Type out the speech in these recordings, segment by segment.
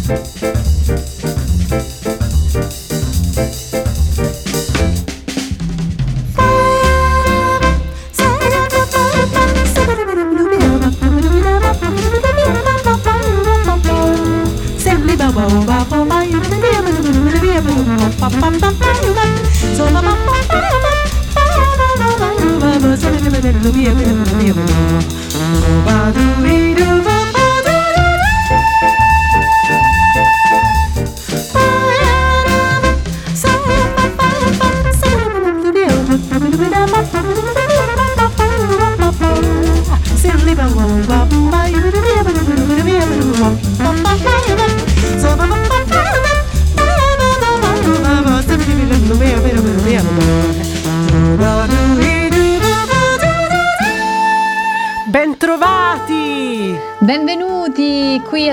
Benvenuti qui a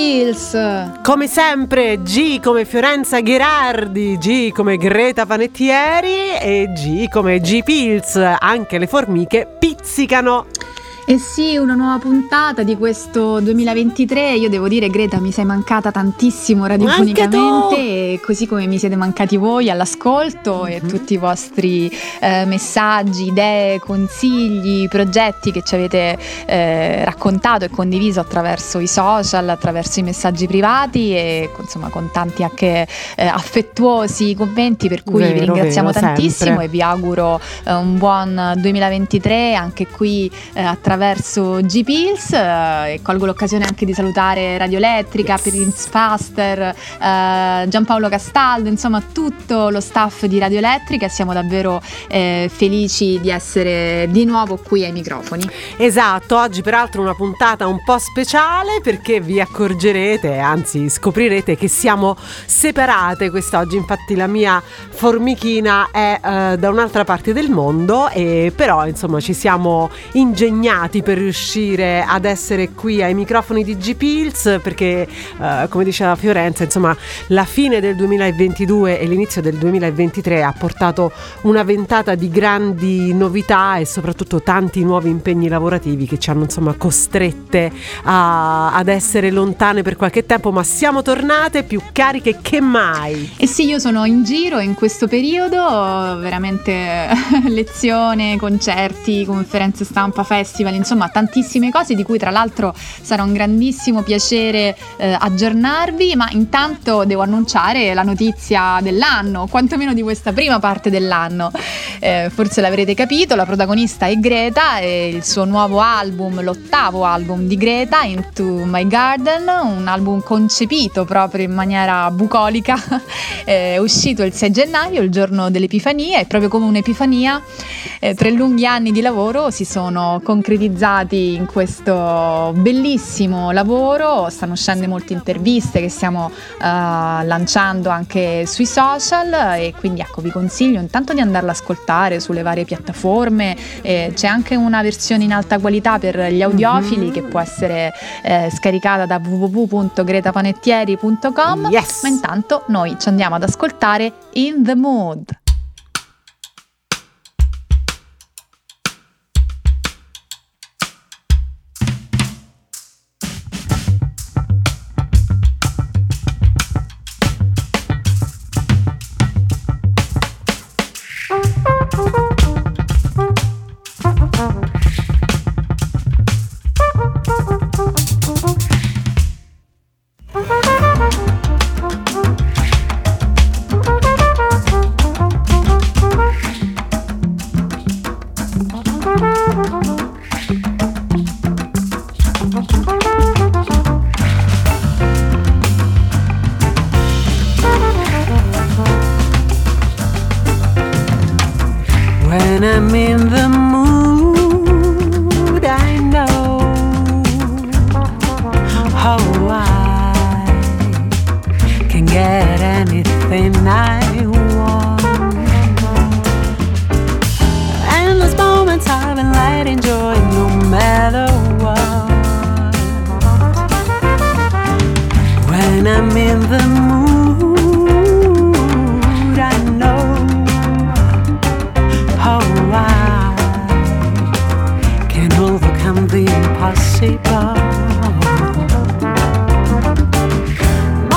G-Pills. Come sempre G come Fiorenza Gherardi, G come Greta Panettieri e G come G-Pills. Anche le formiche pizzicano. Eh sì, una nuova puntata di questo 2023. Io devo dire, Greta, mi sei mancata tantissimo radiofonicamente, e così come mi siete mancati voi all'ascolto e tutti i vostri messaggi, idee, consigli, progetti che ci avete raccontato e condiviso attraverso i social, attraverso i messaggi privati e insomma con tanti anche affettuosi commenti, per cui vi ringraziamo tantissimo sempre. E vi auguro un buon 2023 anche qui attraverso G-Pills, e colgo l'occasione anche di salutare Radio Elettrica, Prince Faster, Giampaolo Castaldo, insomma tutto lo staff di Radio Elettrica. Siamo davvero felici di essere di nuovo qui ai microfoni. Esatto, oggi peraltro una puntata un po' speciale perché vi accorgerete, anzi scoprirete che siamo separate quest'oggi. Infatti la mia formichina è da un'altra parte del mondo, e però insomma ci siamo ingegnati per riuscire ad essere qui ai microfoni di G-Pills, perché come diceva Fiorenza, insomma la fine del 2022 e l'inizio del 2023 ha portato una ventata di grandi novità e soprattutto tanti nuovi impegni lavorativi che ci hanno insomma costrette ad essere lontane per qualche tempo, ma siamo tornate più cariche che mai. E sì, io sono in giro in questo periodo, veramente lezione, concerti, conferenze stampa, festival, insomma tantissime cose di cui tra l'altro sarà un grandissimo piacere aggiornarvi. Ma intanto devo annunciare la notizia dell'anno, quantomeno di questa prima parte dell'anno. Forse l'avrete capito, la protagonista è Greta e il suo nuovo album, l'8º album di Greta, Into My Garden, un album concepito proprio in maniera bucolica, è uscito il 6 gennaio, il giorno dell'Epifania, e proprio come un'epifania 3 lunghi anni di lavoro si sono concretizzati in questo bellissimo lavoro. Stanno uscendo molte interviste che stiamo lanciando anche sui social, e quindi ecco, vi consiglio intanto di andarla ad ascoltare sulle varie piattaforme. C'è anche una versione in alta qualità per gli audiofili che può essere scaricata da www.gretapanettieri.com. Yes. Ma intanto noi ci andiamo ad ascoltare In the Mood. When I'm in the mood, I know how I can get anything I want. Endless moments of enlightened joy, no matter what. When I'm in the mood, I know how I can overcome the impossible.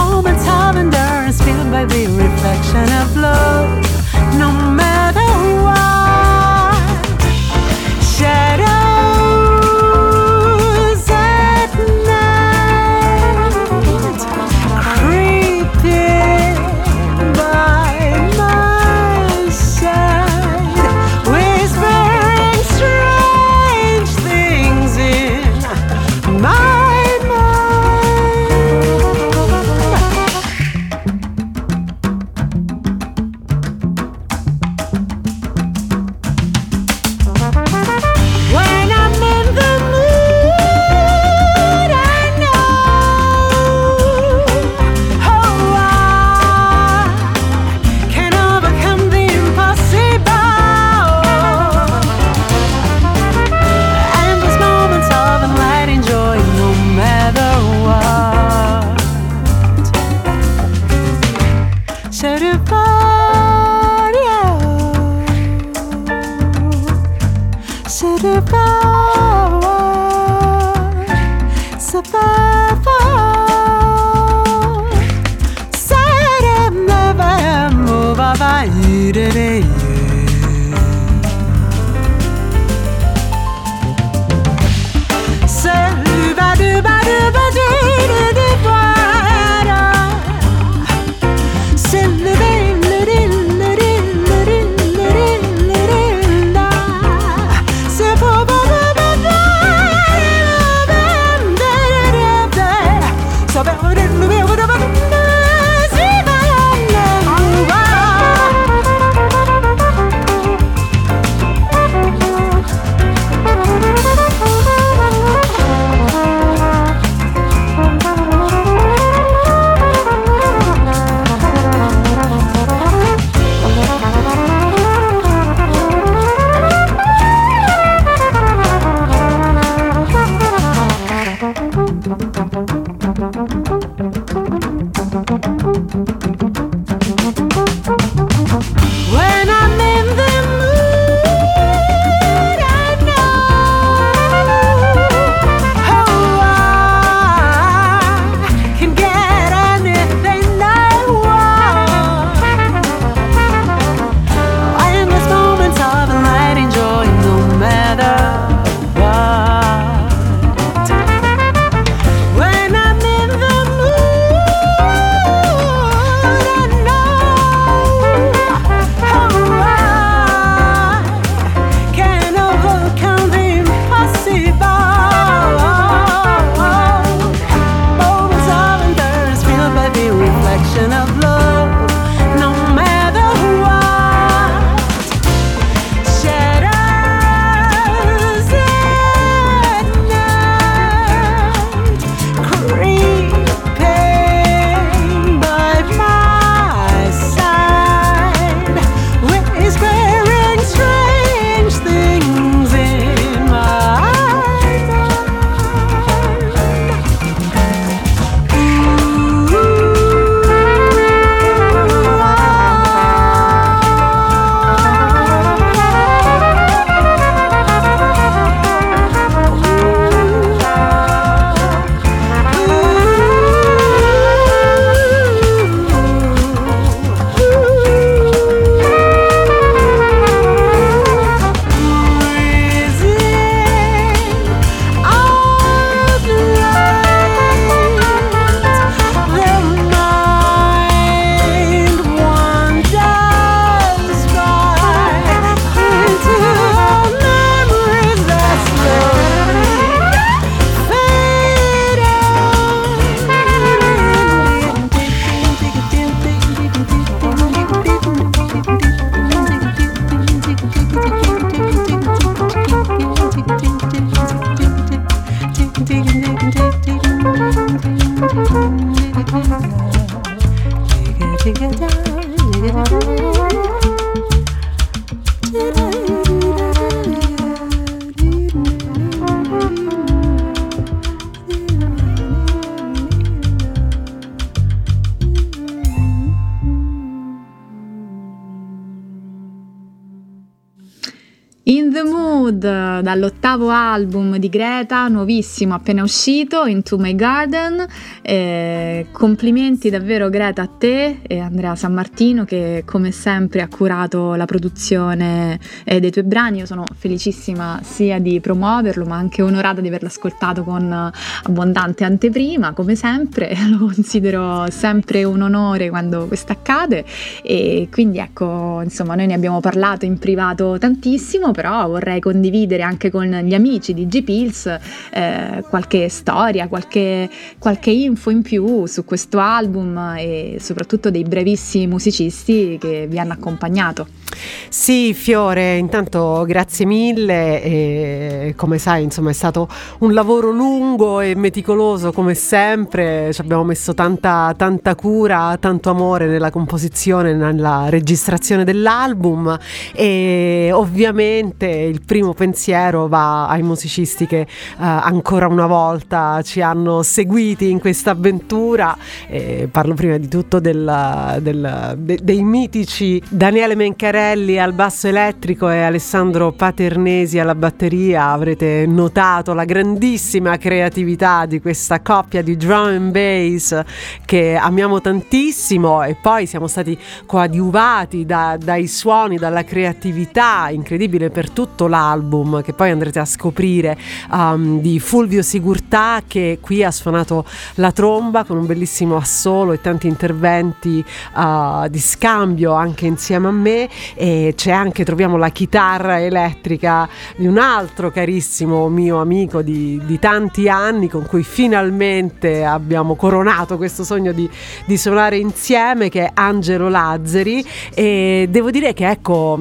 In the Mood, dall'8º album di Greta, nuovissimo, appena uscito, Into My Garden. Complimenti davvero Greta a te e Andrea Sammartino, che come sempre ha curato la produzione dei tuoi brani. Io sono felicissima sia di promuoverlo, ma anche onorata di averlo ascoltato con abbondante anteprima, come sempre. Lo considero sempre un onore quando questo accade, e quindi ecco, insomma, noi ne abbiamo parlato in privato tantissimo, però vorrei condividere anche con gli amici di G-Pills qualche storia, qualche info in più su questo album e soprattutto dei bravissimi musicisti che vi hanno accompagnato. Sì, Fiore, intanto grazie mille, e come sai, insomma, è stato un lavoro lungo e meticoloso come sempre. Ci abbiamo messo tanta cura, tanto amore nella composizione, nella registrazione dell'album, e ovviamente il primo pensiero va ai musicisti che ancora una volta ci hanno seguiti in questa avventura. Parlo prima di tutto dei mitici Daniele Mencarelli al basso elettrico e Alessandro Paternesi alla batteria. Avrete notato la grandissima creatività di questa coppia di drum and bass che amiamo tantissimo, e poi siamo stati coadiuvati dai suoni, dalla creatività incredibile per tutto l'album che poi andrete a scoprire, di Fulvio Sigurtà, che qui ha suonato la tromba con un bellissimo assolo e tanti interventi di scambio anche insieme a me. E c'è anche, troviamo la chitarra elettrica di un altro carissimo mio amico di tanti anni, con cui finalmente abbiamo coronato questo sogno di suonare insieme, che è Angelo Lazzari. E devo dire che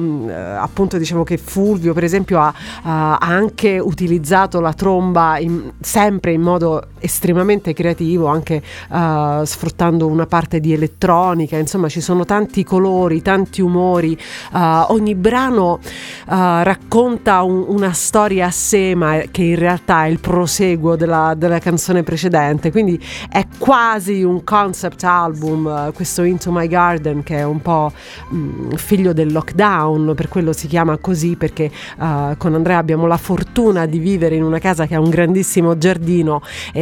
appunto dicevo che Fulvio per esempio ha anche utilizzato la tromba sempre in modo estremamente creativo, anche sfruttando una parte di elettronica. Insomma, ci sono tanti colori, tanti umori, ogni brano racconta una storia a sé, ma che in realtà è il proseguo della canzone precedente, quindi è quasi un concept album, questo Into My Garden, che è un po' figlio del lockdown, per quello si chiama così, perché con Andrea abbiamo la fortuna di vivere in una casa che ha un grandissimo giardino,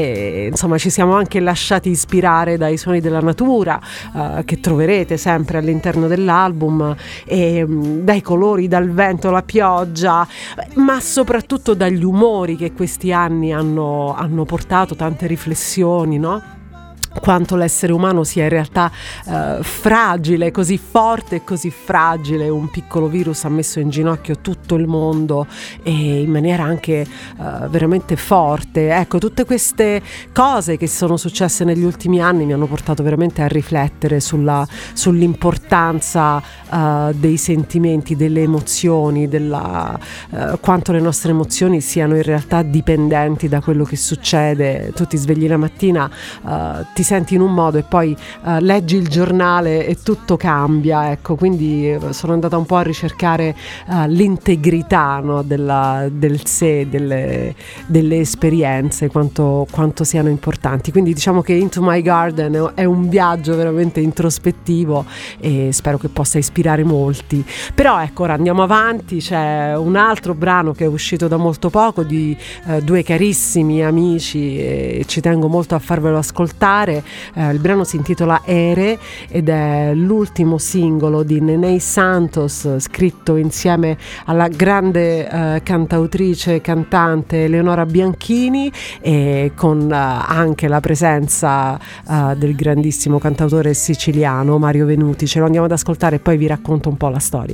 e insomma ci siamo anche lasciati ispirare dai suoni della natura, che troverete sempre all'interno dell'album, e dai colori, dal vento, la pioggia, ma soprattutto dagli umori che questi anni hanno portato tante riflessioni, no? Quanto l'essere umano sia in realtà fragile, così forte e così fragile. Un piccolo virus ha messo in ginocchio tutto il mondo, e in maniera anche veramente forte. Ecco, tutte queste cose che sono successe negli ultimi anni mi hanno portato veramente a riflettere sull'importanza dei sentimenti, delle emozioni, quanto le nostre emozioni siano in realtà dipendenti da quello che succede. Tu ti svegli la mattina, ti senti in un modo e poi leggi il giornale e tutto cambia, ecco. Quindi sono andata un po' a ricercare l'integrità, no, del sé, delle esperienze, quanto siano importanti. Quindi diciamo che Into My Garden è un viaggio veramente introspettivo, e spero che possa ispirare molti. Però ecco, ora andiamo avanti. C'è un altro brano che è uscito da molto poco, di due carissimi amici, e ci tengo molto a farvelo ascoltare. Il brano si intitola Ere ed è l'ultimo singolo di Nenei Santos, scritto insieme alla grande cantautrice e cantante Eleonora Bianchini, e con anche la presenza del grandissimo cantautore siciliano Mario Venuti. Ce lo andiamo ad ascoltare e poi vi racconto un po' la storia.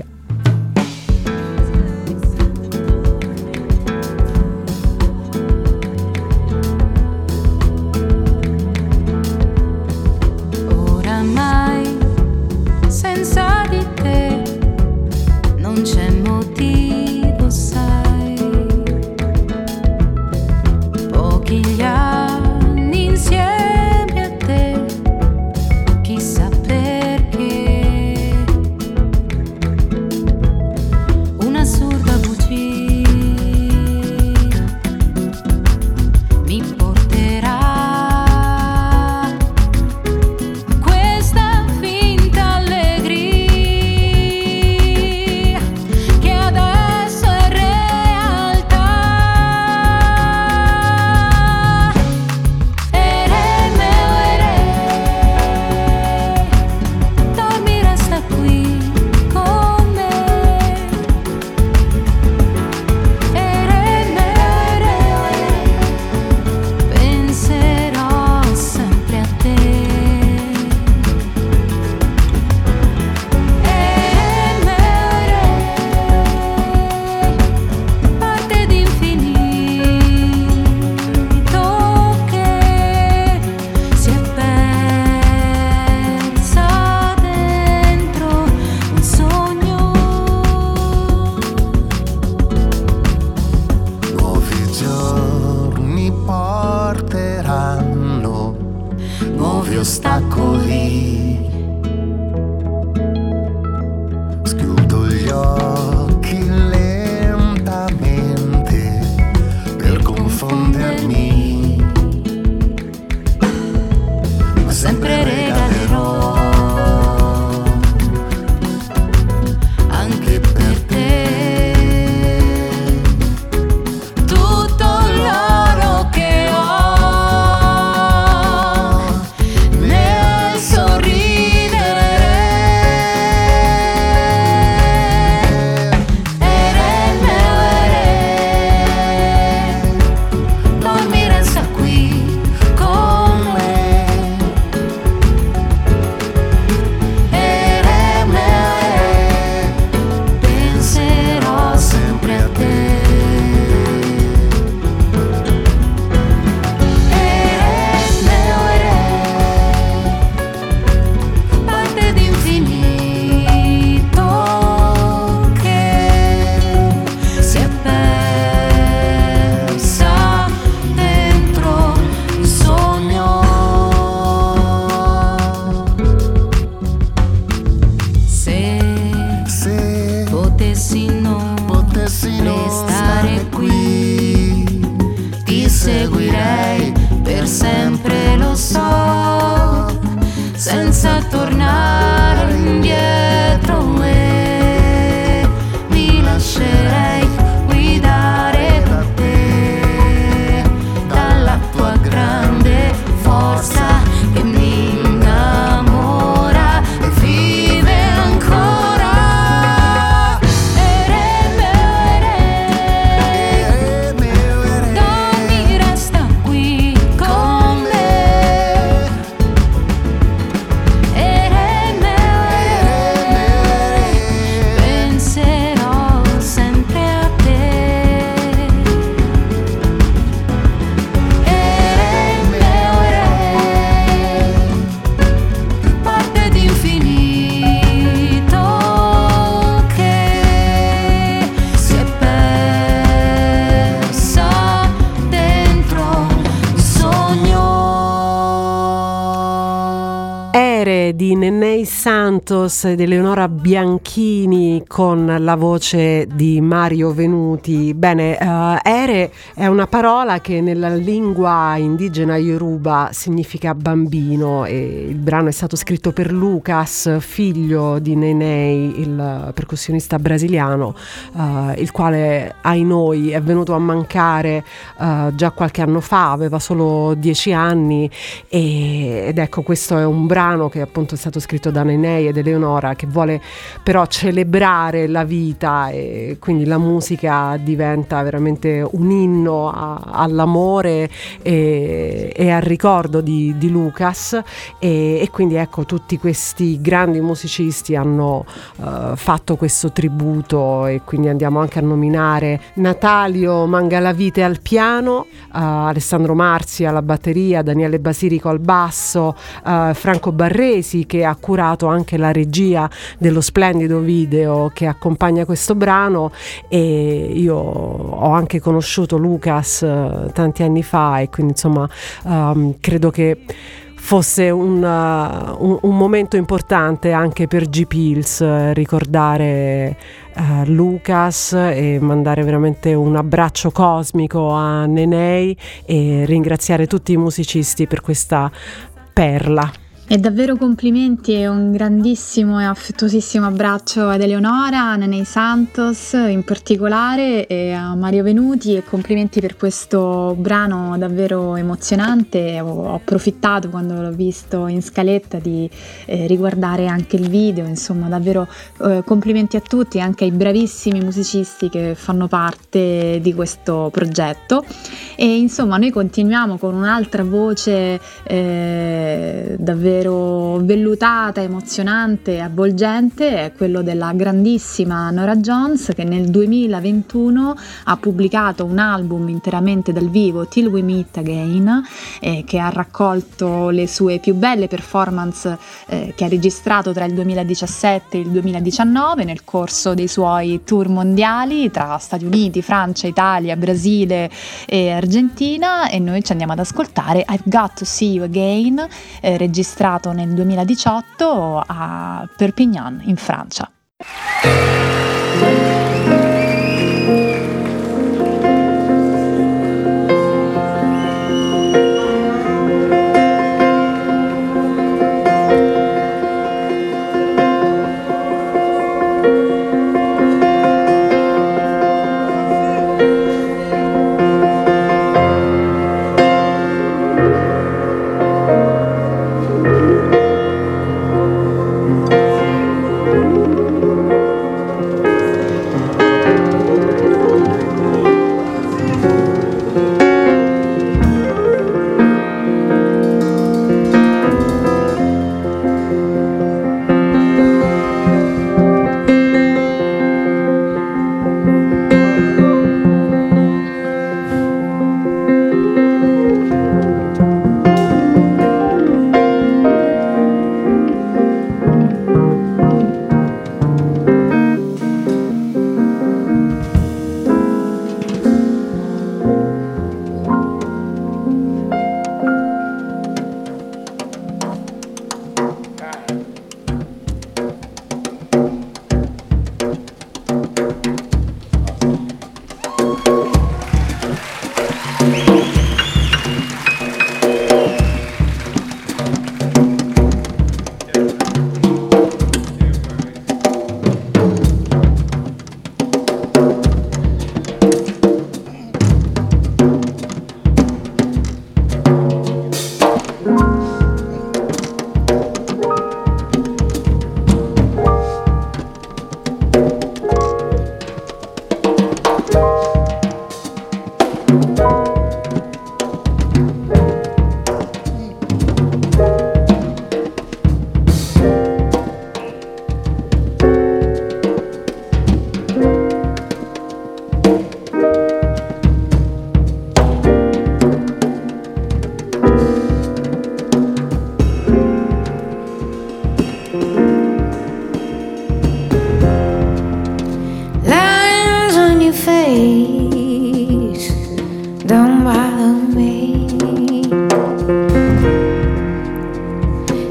Schiudo gli occhi lentamente senza tornare indietro, e mi lascerei guidare da te, dalla tua grande forza che mi innamora e vive ancora. Dammi, resta qui con me. Penserò sempre a te. Parte d'infinito che si è persa dentro il sogno. Ere di Nenè Santos ed Eleonora Bianchini con la voce di Mario Venuti. Bene, Ere è una parola che nella lingua indigena Yoruba significa bambino, e il brano è stato scritto per Lucas, figlio di Nenè, il percussionista brasiliano, il quale ai noi è venuto a mancare già qualche anno fa, aveva solo 10 anni, ed ecco, questo è un brano che appunto è stato scritto da Nenè ed Eleonora, che vuole però celebrare la vita, e quindi la musica diventa veramente un inno all'amore e al ricordo di Lucas, e quindi ecco, tutti questi grandi musicisti hanno fatto questo tributo, e quindi andiamo anche a nominare Natalio Mangalavite al piano, Alessandro Marzi alla batteria, Daniele Basirico al basso, Franco Barresi che ha curato anche la regia dello splendido video che accompagna questo brano. E io ho anche conosciuto Lucas tanti anni fa, e quindi insomma credo che fosse un momento importante anche per G-Pills ricordare Lucas e mandare veramente un abbraccio cosmico a Nenè e ringraziare tutti i musicisti per questa perla. E davvero complimenti e un grandissimo e affettuosissimo abbraccio ad Eleonora, a Nenè Santos in particolare, e a Mario Venuti, e complimenti per questo brano davvero emozionante. Ho approfittato quando l'ho visto in scaletta di riguardare anche il video, insomma davvero complimenti a tutti, anche ai bravissimi musicisti che fanno parte di questo progetto. E insomma noi continuiamo con un'altra voce davvero vellutata, emozionante, avvolgente, è quello della grandissima Norah Jones, che nel 2021 ha pubblicato un album interamente dal vivo, Till We Meet Again, che ha raccolto le sue più belle performance che ha registrato tra il 2017 e il 2019 nel corso dei suoi tour mondiali tra Stati Uniti, Francia, Italia, Brasile e Argentina. E noi ci andiamo ad ascoltare I've Got to See You Again, registrato nel 2018 a Perpignan in Francia.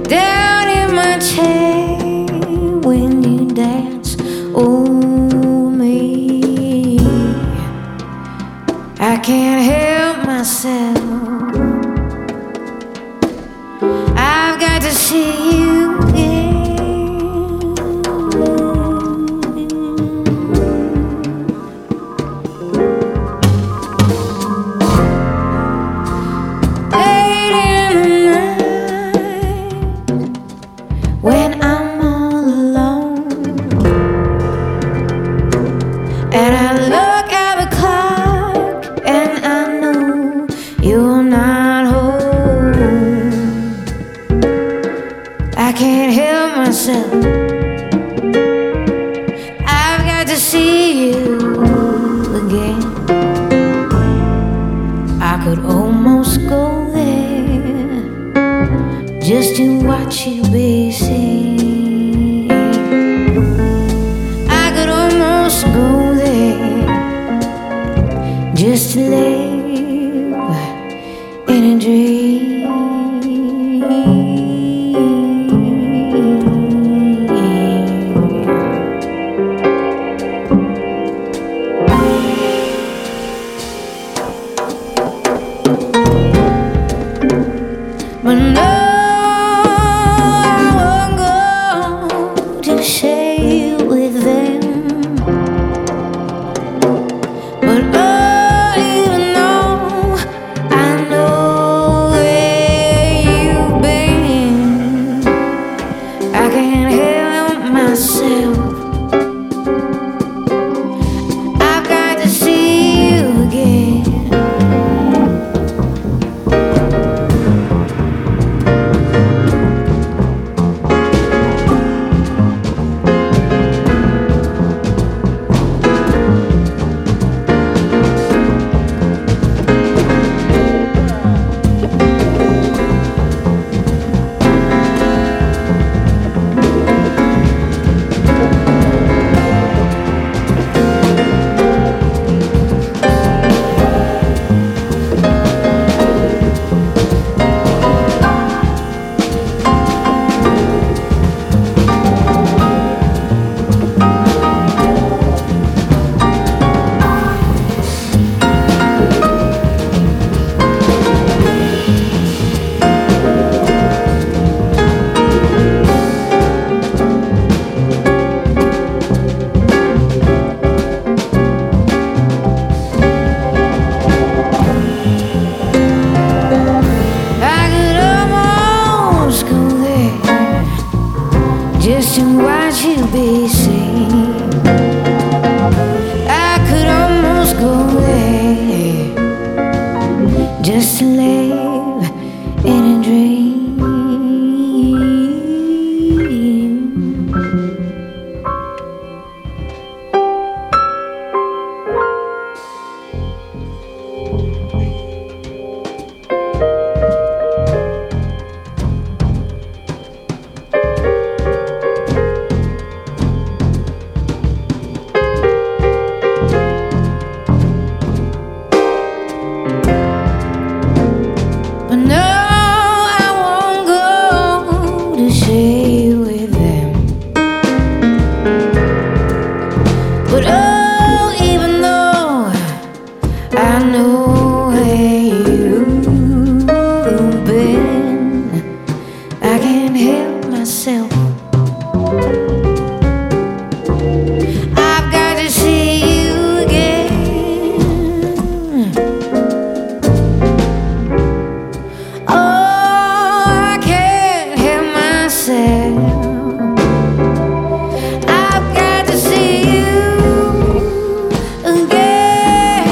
down in my chair when you dance. Oh, me, I can't help myself. I've got to see you again. Late in the night, when I'm all alone, and I look at the clock, and I know you're not home. I can't help myself. I've got to see you again. I could almost go there just to watch you be seen. I could almost go there just to live in a dream. But no, I won't go to share with them. But oh, even though I know where you've been, I can't help myself. I've got to see you again. I could almost go there just to watch you be seen. I could almost go there just to live in a dream. But no, I won't go to share with them. But oh, even though I know where you've been, I can't help myself. I've got to see you again. Oh, I can't help myself. I've got to see you again.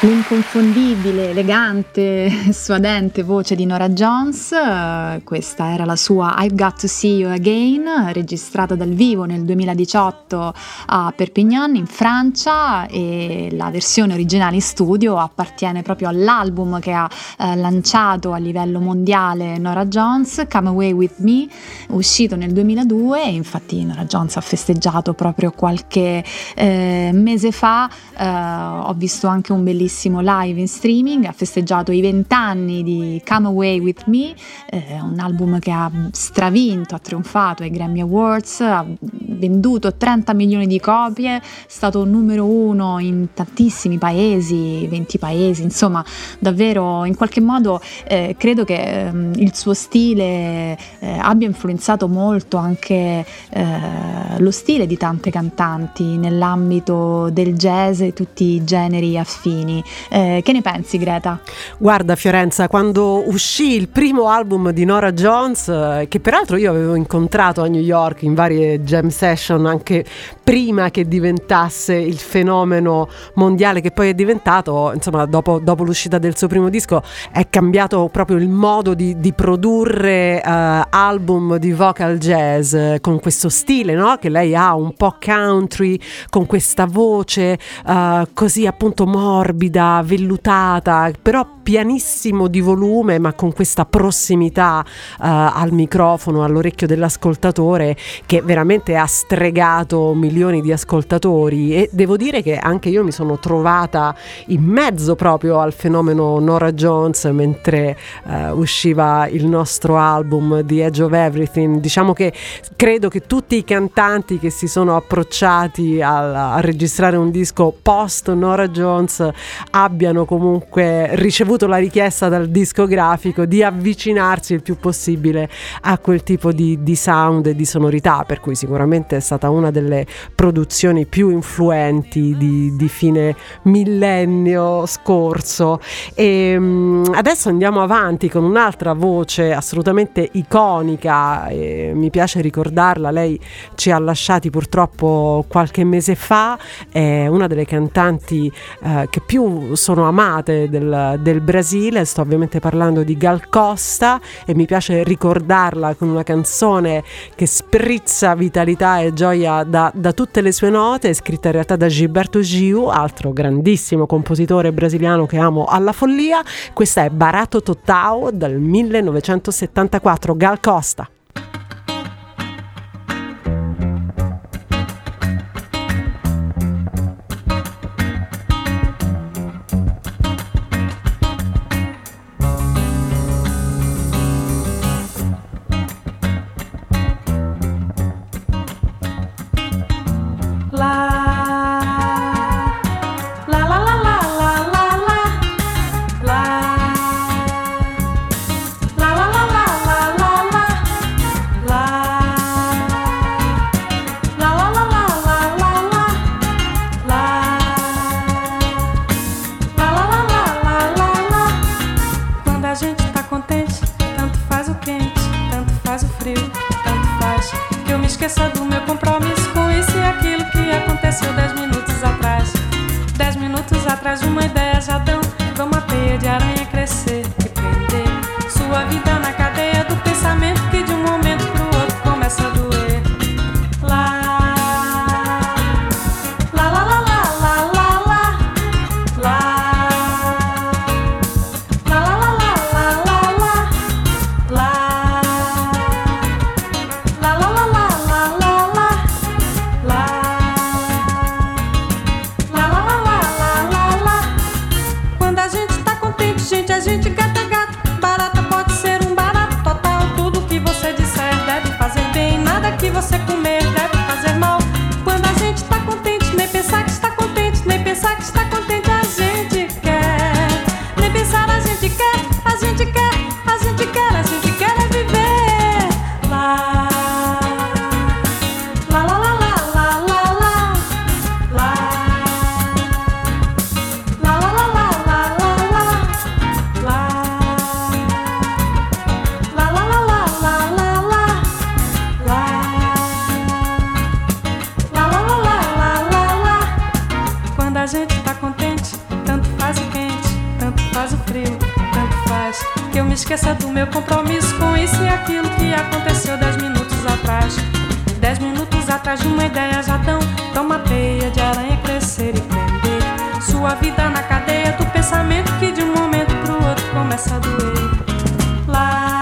L'inconfondibile, elegante, suadente voce di Norah Jones, questa era la sua I've Got to See You Again, registrata dal vivo nel 2018 a Perpignan in Francia, e la versione originale in studio appartiene proprio all'album che ha lanciato a livello mondiale Norah Jones, Come Away With Me, uscito nel 2002, e infatti Norah Jones ha festeggiato proprio qualche mese fa. Ho visto anche un bellissimo live in streaming, ha festeggiato i 20 anni di Come Away With Me, un album che ha stravinto, ha trionfato ai Grammy Awards, ha venduto 30 milioni di copie, è stato numero 1 in tantissimi paesi, 20 paesi, insomma davvero in qualche modo credo che il suo stile abbia influenzato molto anche lo stile di tante cantanti nell'ambito del jazz e tutti i generi affini. Che ne pensi, Greta? Guarda Fiorenza, quando uscì il primo album di Norah Jones, che peraltro io avevo incontrato a New York in varie jam session anche prima che diventasse il fenomeno mondiale che poi è diventato, insomma dopo l'uscita del suo primo disco è cambiato proprio il modo di produrre album di vocal jazz con questo stile, no? Che lei ha un po' country, con questa voce così appunto morbida, vellutata, però pianissimo di volume, ma con questa prossimità al microfono, all'orecchio dell'ascoltatore, che veramente ha stregato milioni di ascoltatori. E devo dire che anche io mi sono trovata in mezzo proprio al fenomeno Norah Jones mentre usciva il nostro album The Edge of Everything. Diciamo che credo che tutti i cantanti che si sono approcciati a registrare un disco post Norah Jones abbiano comunque ricevuto la richiesta dal discografico di avvicinarsi il più possibile a quel tipo di sound e di sonorità, per cui sicuramente è stata una delle produzioni più influenti di fine millennio scorso. E adesso andiamo avanti con un'altra voce assolutamente iconica, e mi piace ricordarla, lei ci ha lasciati purtroppo qualche mese fa, è una delle cantanti che più sono amate del Brasile. Sto ovviamente parlando di Gal Costa, e mi piace ricordarla con una canzone che sprizza vitalità e gioia da tutte le sue note, scritta in realtà da Gilberto Gil, altro grandissimo compositore brasiliano che amo alla follia. Questa è Barato Total dal 1974, Gal Costa. Quando a gente tá contente, tanto faz o que faz o frio, tanto faz que eu me esqueça do meu compromisso com isso e aquilo que aconteceu 10 minutos atrás. 10 minutos atrás de uma ideia já dão pra uma teia de aranha crescer e prender sua vida na cadeia do pensamento que de um momento pro outro começa a doer. Lá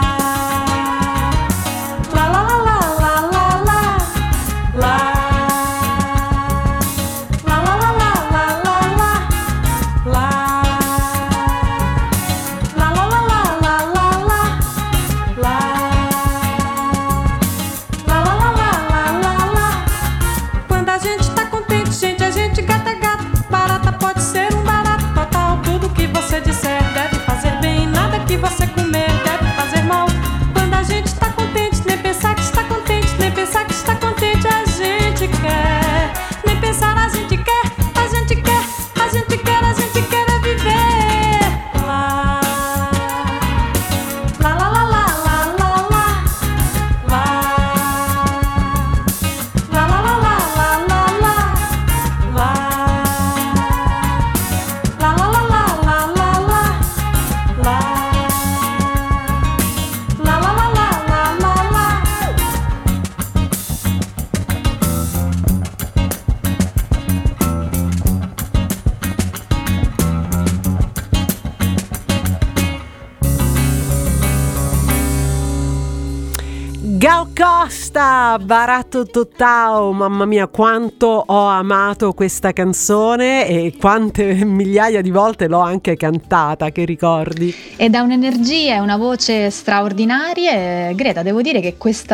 Gal Costa, Baratto Total, mamma mia quanto ho amato questa canzone e quante migliaia di volte l'ho anche cantata, che ricordi? Ed ha un'energia e una voce straordinarie. Greta, devo dire che questa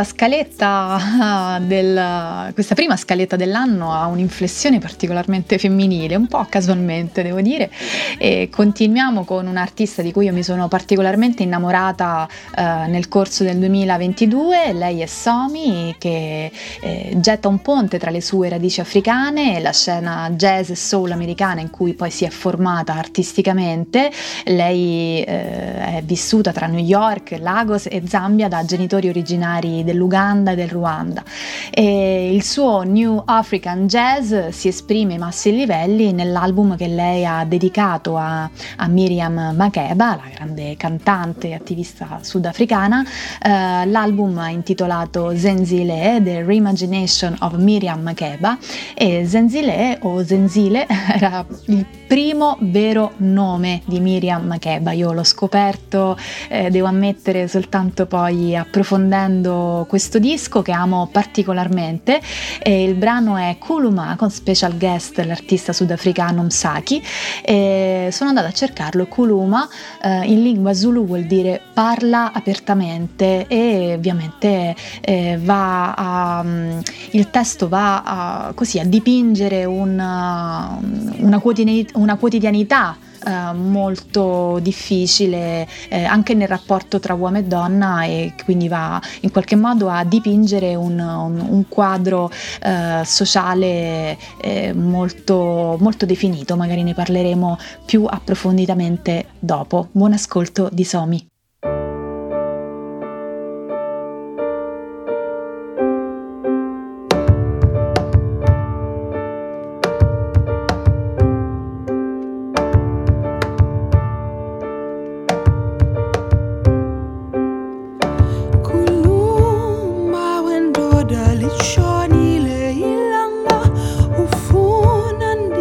scaletta questa prima scaletta dell'anno ha un'inflessione particolarmente femminile, un po' casualmente devo dire, e continuiamo con un artista di cui io mi sono particolarmente innamorata nel corso del 2022. Lei è Somi, che getta un ponte tra le sue radici africane e la scena jazz e soul americana in cui poi si è formata artisticamente. Lei è vissuta tra New York, Lagos e Zambia da genitori originari dell'Uganda e del Ruanda. E il suo New African Jazz si esprime ai massimi livelli nell'album che lei ha dedicato a Miriam Makeba, la grande cantante e attivista sudafricana. L'album è intitolato Zenzile, The Reimagination of Miriam Makeba, e Zenzile o Zenzile era il primo vero nome di Miriam Makeba. Io l'ho scoperto, devo ammettere, soltanto poi approfondendo questo disco che amo particolarmente. Il brano è Kuluma con special guest l'artista sudafricano Msaki. Sono andata a cercarlo. Kuluma in lingua Zulu vuol dire parla apertamente, e ovviamente il testo va così a dipingere una quotidianità molto difficile anche nel rapporto tra uomo e donna, e quindi va in qualche modo a dipingere un quadro sociale molto, molto definito. Magari ne parleremo più approfonditamente dopo. Buon ascolto di Somi.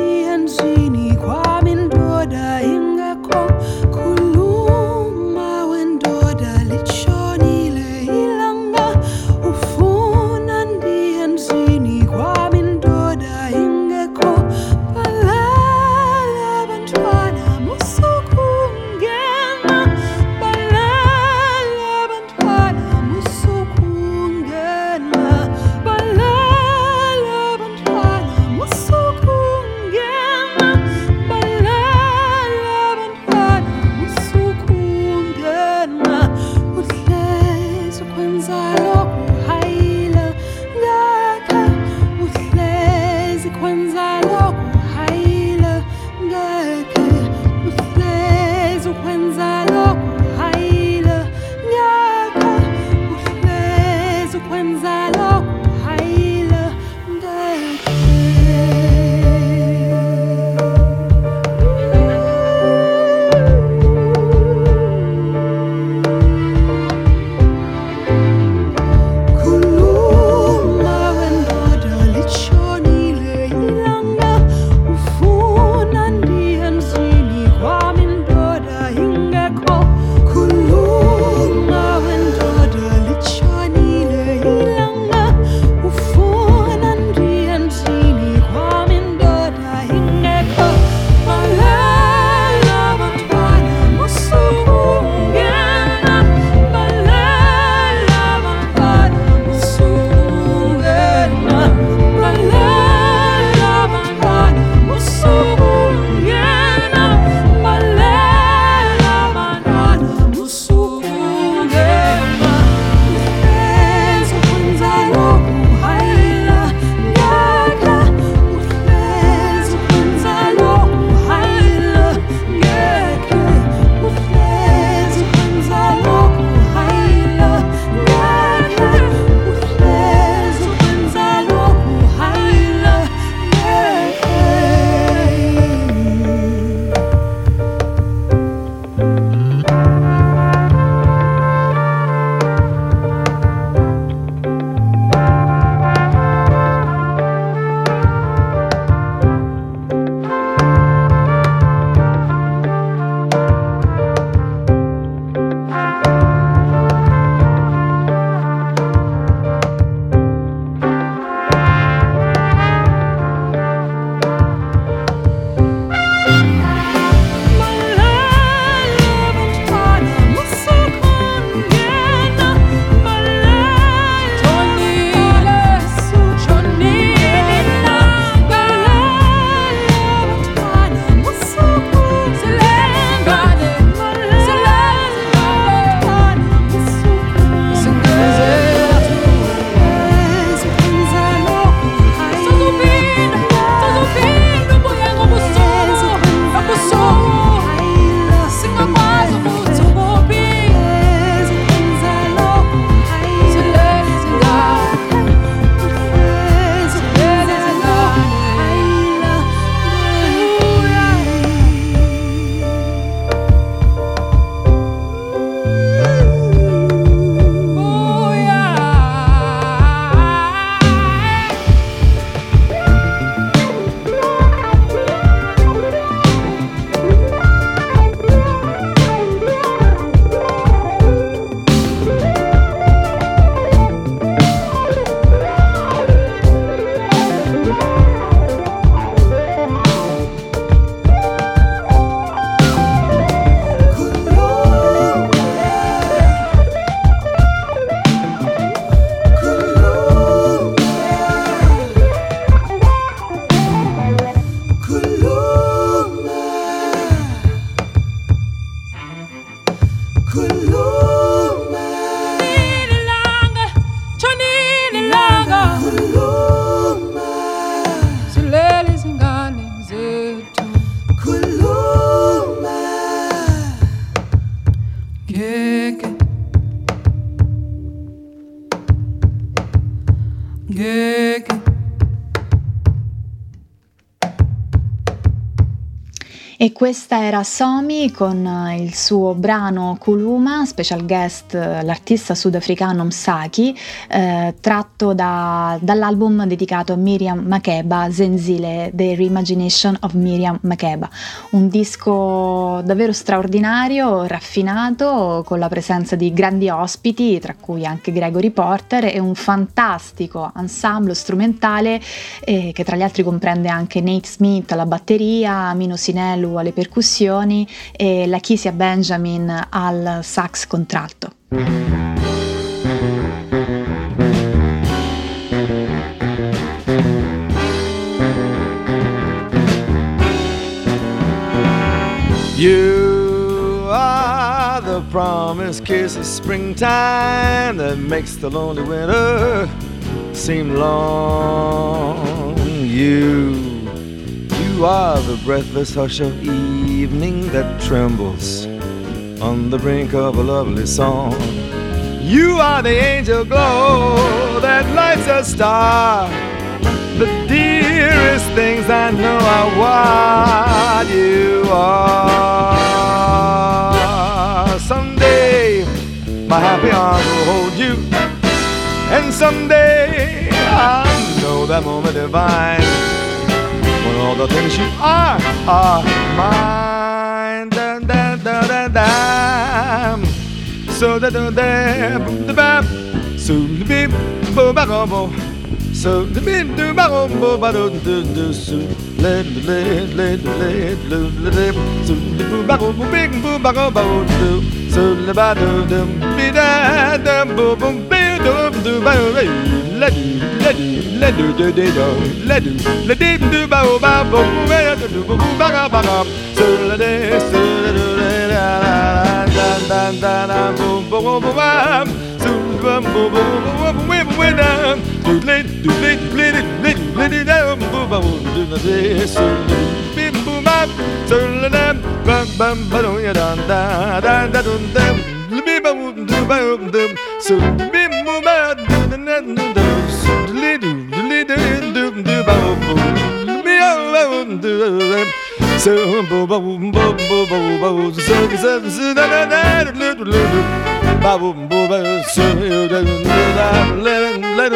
Kuluma E questa era Somi con il suo brano Kuluma, special guest l'artista sudafricano Msaki, tratto dall'album dedicato a Miriam Makeba, Zenzile, The Reimagination of Miriam Makeba. Un disco davvero straordinario, raffinato, con la presenza di grandi ospiti, tra cui anche Gregory Porter, e un fantastico ensemble strumentale che tra gli altri comprende anche Nate Smith alla batteria, Mino Sinello alle percussioni e la Kisia Benjamin al sax contralto. You are the promised kiss of springtime that makes the lonely winter seem long. You are the breathless hush of evening that trembles on the brink of a lovely song. You are the angel glow that lights a star, the dearest things I know are what you are. Someday my happy arms will hold you, and someday I'll know that moment divine, when all the things you are mine. Da, da, da, da, da. So da da da da ba. So da beep bo ba go bo. So da beep do ba go bo ba do do do. So let let let let let. So da bo ba go bo big bo ba go bo do. So la ba do do be da da bo bo be do do ba do. Let let do do do do let do let do ba ba bo ba do bo ba ga ba ga so let so da da da da bo bo bo ba so bo bo bo we da do let let bo ba do na so bim bo ba so let ba ba ba do ya da da da do them bim ba do ba do so bim bo ba do na do so bo bo bo bo bo bo so so so da da da ba bo bo so da da let let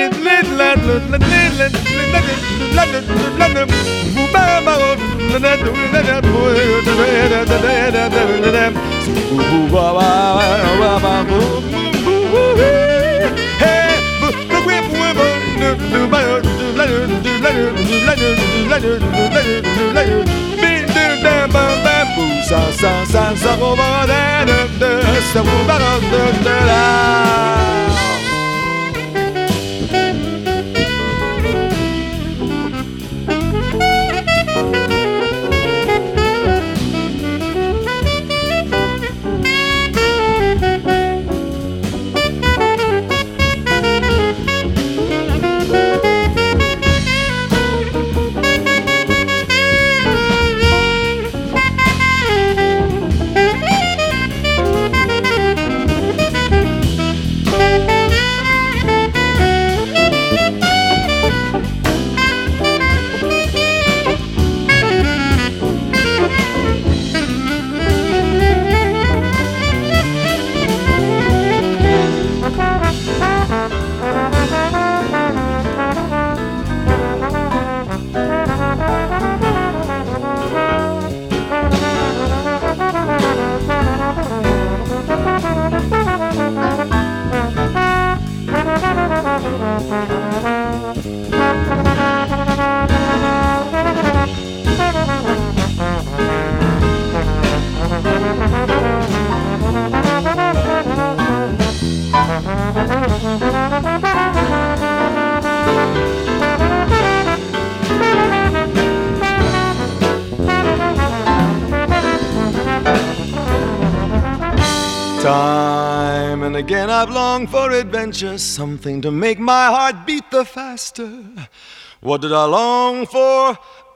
Time and again I've longed for adventure, something to make my heart beat the faster. What did I long for?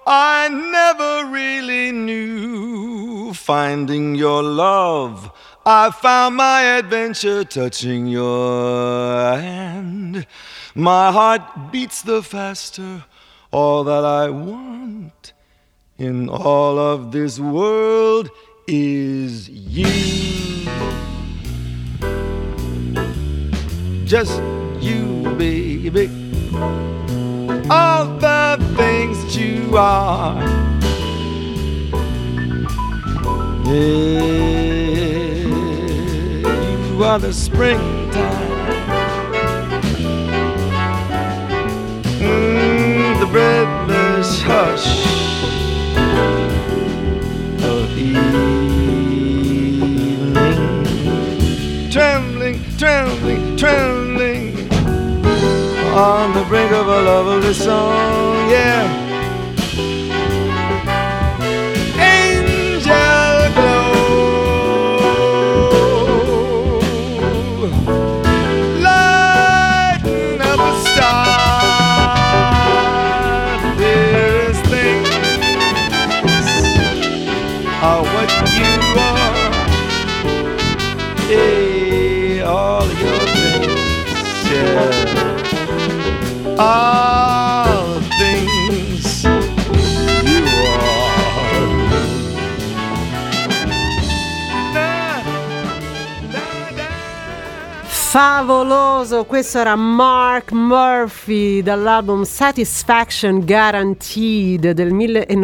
I never really knew. Finding your love, I found my adventure, touching your hand. My heart beats the faster. All that I want in all of this world is you. Just you, baby. All the things that you are. Yeah, you are the springtime. The breathless hush of evening. Trembling, trembling, trembling on the brink of a lovely song, yeah. Angel glow, lighten up a star. The dearest things are what you are. Hey, all your things, yeah. All the things you are. Favoloso, questo era Mark Murphy dall'album Satisfaction Guaranteed del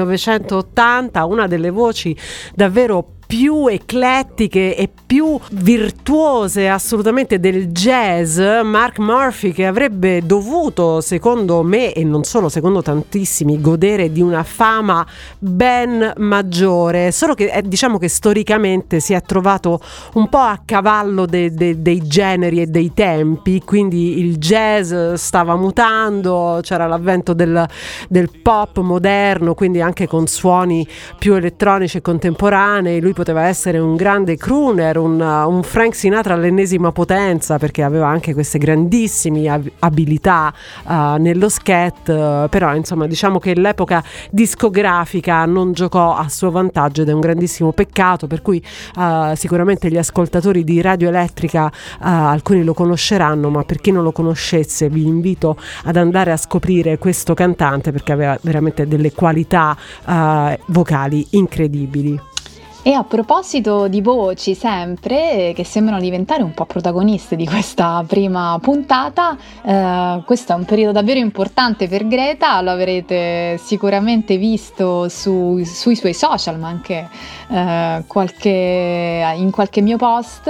1980, una delle voci davvero più eclettiche e più virtuose assolutamente del jazz. Mark Murphy, che avrebbe dovuto, secondo me e non solo, secondo tantissimi, godere di una fama ben maggiore, solo che diciamo che storicamente si è trovato un po' a cavallo dei generi e dei tempi, quindi il jazz stava mutando, c'era l'avvento del pop moderno, quindi anche con suoni più elettronici e contemporanei. Lui poteva essere un grande crooner, un Frank Sinatra all'ennesima potenza, perché aveva anche queste grandissime abilità nello scat, però insomma diciamo che l'epoca discografica non giocò a suo vantaggio ed è un grandissimo peccato, per cui sicuramente gli ascoltatori di Radio Elettrica alcuni lo conosceranno, ma per chi non lo conoscesse vi invito ad andare a scoprire questo cantante, perché aveva veramente delle qualità vocali incredibili. E a proposito di voci, sempre, che sembrano diventare un po' protagoniste di questa prima puntata, questo è un periodo davvero importante per Greta, lo avrete sicuramente visto sui suoi social, ma anche in qualche mio post.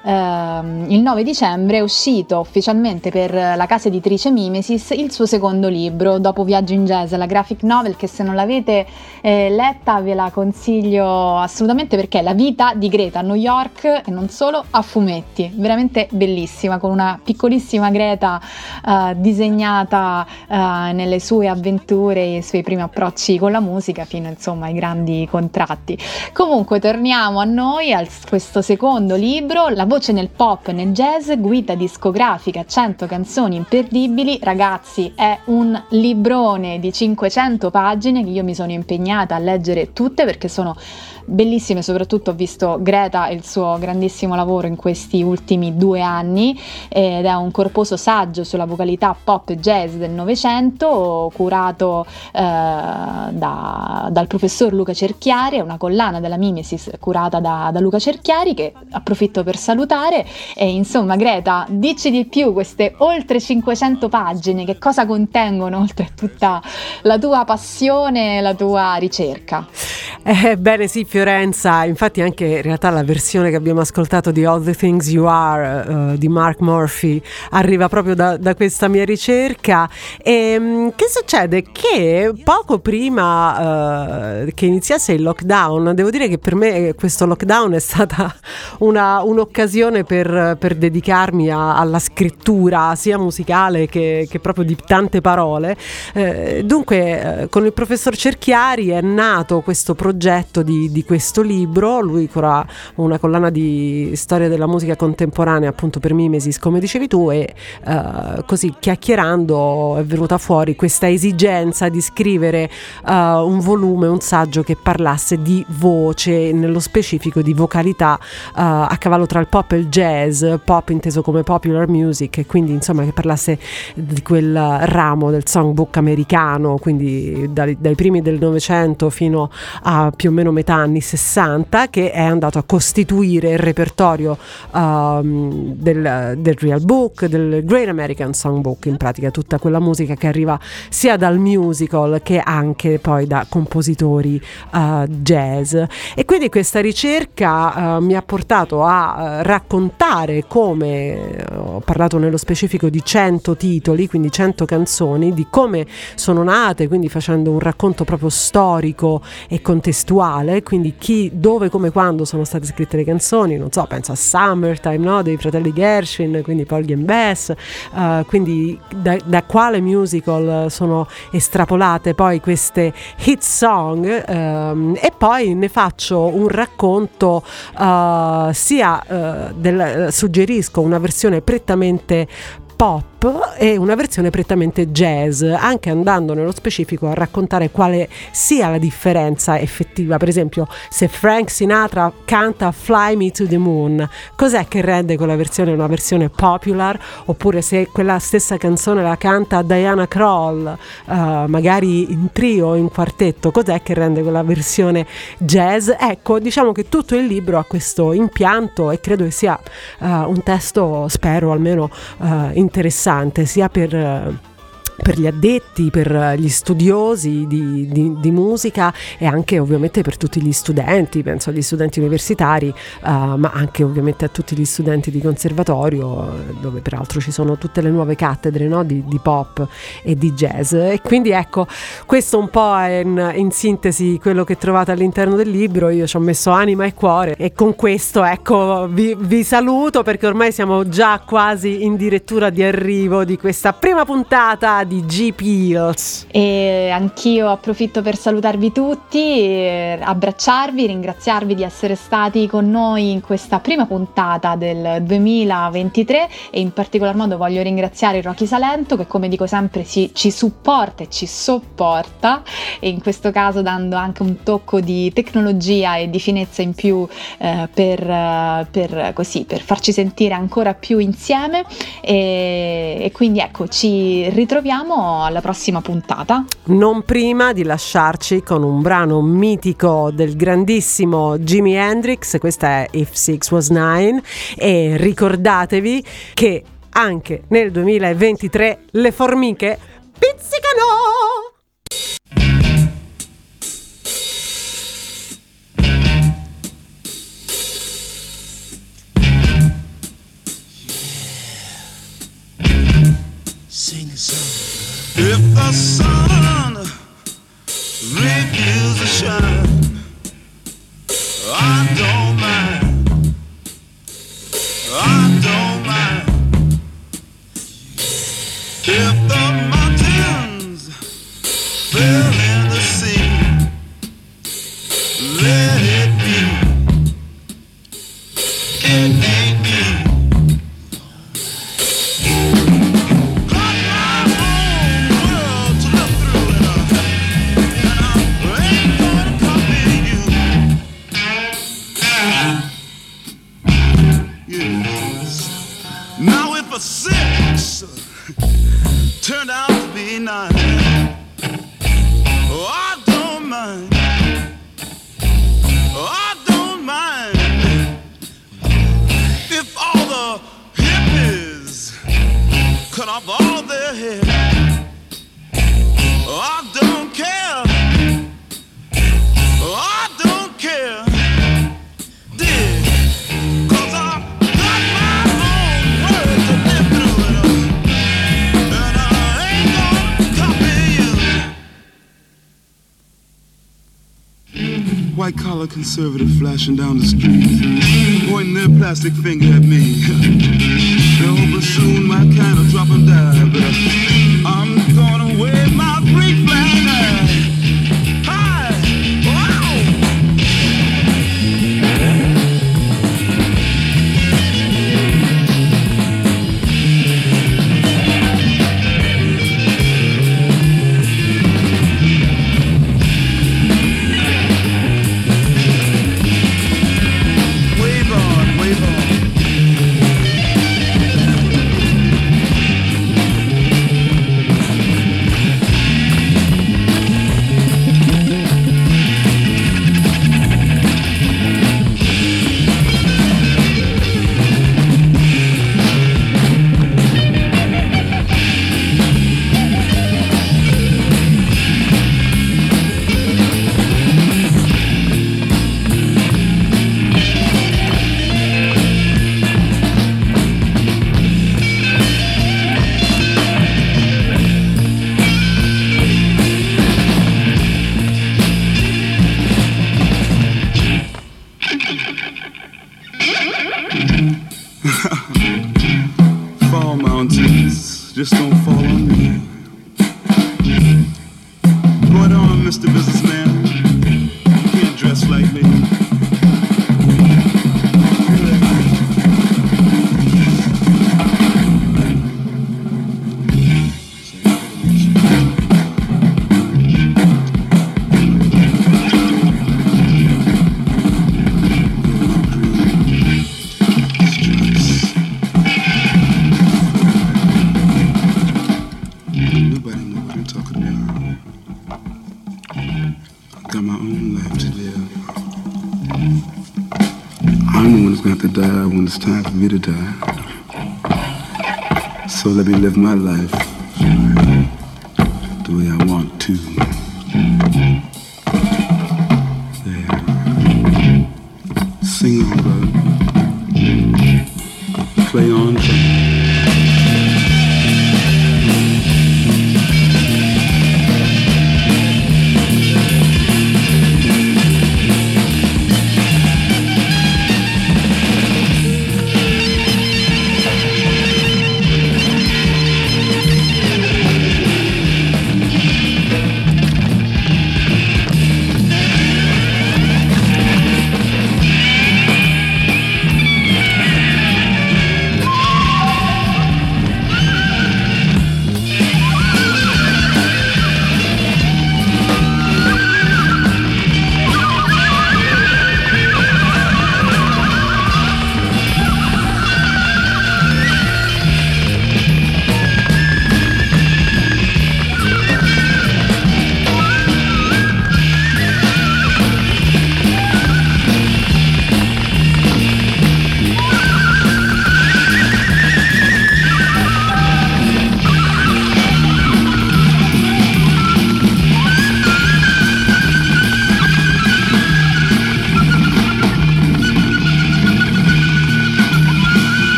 Il 9 dicembre è uscito ufficialmente per la casa editrice Mimesis il suo secondo libro, Dopo Viaggio in Jazz, la graphic novel, che se non l'avete letta ve la consiglio assolutamente, perché è la vita di Greta a New York e non solo, a fumetti, veramente bellissima, con una piccolissima Greta disegnata nelle sue avventure e i suoi primi approcci con la musica fino insomma ai grandi contratti. Comunque torniamo a noi, a questo secondo libro, La voce nel pop e nel jazz, guida discografica 100 canzoni imperdibili. Ragazzi, è un librone di 500 pagine che io mi sono impegnata a leggere tutte perché sono bellissime, soprattutto ho visto Greta e il suo grandissimo lavoro in questi ultimi 2 anni, ed è un corposo saggio sulla vocalità pop e jazz del Novecento, curato dal professor Luca Cerchiari. È una collana della Mimesis curata da Luca Cerchiari, che approfitto per salutare. E insomma, Greta, dici di più, queste oltre 500 pagine, che cosa contengono oltre tutta la tua passione e la tua ricerca? Bene sì, Fiorenza, infatti anche in realtà la versione che abbiamo ascoltato di All the Things You Are di Mark Murphy arriva proprio da questa mia ricerca. E che succede? Che poco prima che iniziasse il lockdown, devo dire che per me questo lockdown è stata un'occasione per dedicarmi alla scrittura sia musicale che proprio di tante parole. Dunque con il professor Cerchiari è nato questo progetto di questo libro. Lui cura una collana di storia della musica contemporanea appunto per Mimesis, come dicevi tu, e così chiacchierando è venuta fuori questa esigenza di scrivere un volume, un saggio che parlasse di voce, nello specifico di vocalità a cavallo tra il pop e il jazz, pop inteso come popular music, e quindi insomma che parlasse di quel ramo del songbook americano, quindi dai primi del Novecento fino a più o meno metà anni 60, che è andato a costituire il repertorio del Real Book, del Great American Songbook, in pratica tutta quella musica che arriva sia dal musical che anche poi da compositori jazz. E quindi questa ricerca mi ha portato a raccontare, come ho parlato nello specifico di 100 titoli, quindi 100 canzoni, di come sono nate, quindi facendo un racconto proprio storico e contestuale, quindi chi, dove, come, quando sono state scritte le canzoni. Non so, penso a Summertime, no, dei fratelli Gershwin, quindi Porgy and Bess, quindi da quale musical sono estrapolate poi queste hit song, e poi ne faccio un racconto suggerisco una versione prettamente pop e una versione prettamente jazz, anche andando nello specifico a raccontare quale sia la differenza effettiva. Per esempio, se Frank Sinatra canta Fly Me to the Moon, cos'è che rende quella versione una versione popular? Oppure se quella stessa canzone la canta Diana Krall, magari in trio o in quartetto, cos'è che rende quella versione jazz? Ecco, diciamo che tutto il libro ha questo impianto, e credo che sia un testo, spero almeno, interessante sia per gli addetti, per gli studiosi di musica, e anche ovviamente per tutti gli studenti, penso agli studenti universitari, ma anche ovviamente a tutti gli studenti di conservatorio, dove peraltro ci sono tutte le nuove cattedre, no, di pop e di jazz. E quindi ecco, questo un po' è in sintesi quello che trovate all'interno del libro. Io ci ho messo anima e cuore, e con questo ecco vi saluto, perché ormai siamo già quasi in dirittura di arrivo di questa prima puntata di G-Pills. E anch'io approfitto per salutarvi tutti, abbracciarvi, ringraziarvi di essere stati con noi in questa prima puntata del 2023, e in particolar modo voglio ringraziare Rocky Salento, che come dico sempre ci supporta e ci sopporta, e in questo caso dando anche un tocco di tecnologia e di finezza in più per farci sentire ancora più insieme, e quindi ecco, ci ritroviamo alla prossima puntata, non prima di lasciarci con un brano mitico del grandissimo Jimi Hendrix. Questa è If Six Was Nine, e ricordatevi che anche nel 2023 le formiche pizzicano. Sing a song. If the sun refuses to shine, I don't mind. I don't mind. If the mountains fell in the sea, let it be. It ain't me. Six turned out to be 9. Oh, I don't mind. Oh, I don't mind if all the hippies cut off all their hair. Oh, I don't care. Oh, I don't care. White-collar conservative flashing down the street, pointing their plastic finger at me. They're hoping soon my kind will drop and die, but I'm gonna wave my Greek flag high. Wow! just don't fall on me. Go it on, Mr. Businessman. You can't dress like me. When it's time for me to die, so let me live my life the way I want to. There. Sing on, brother. Play on, brother.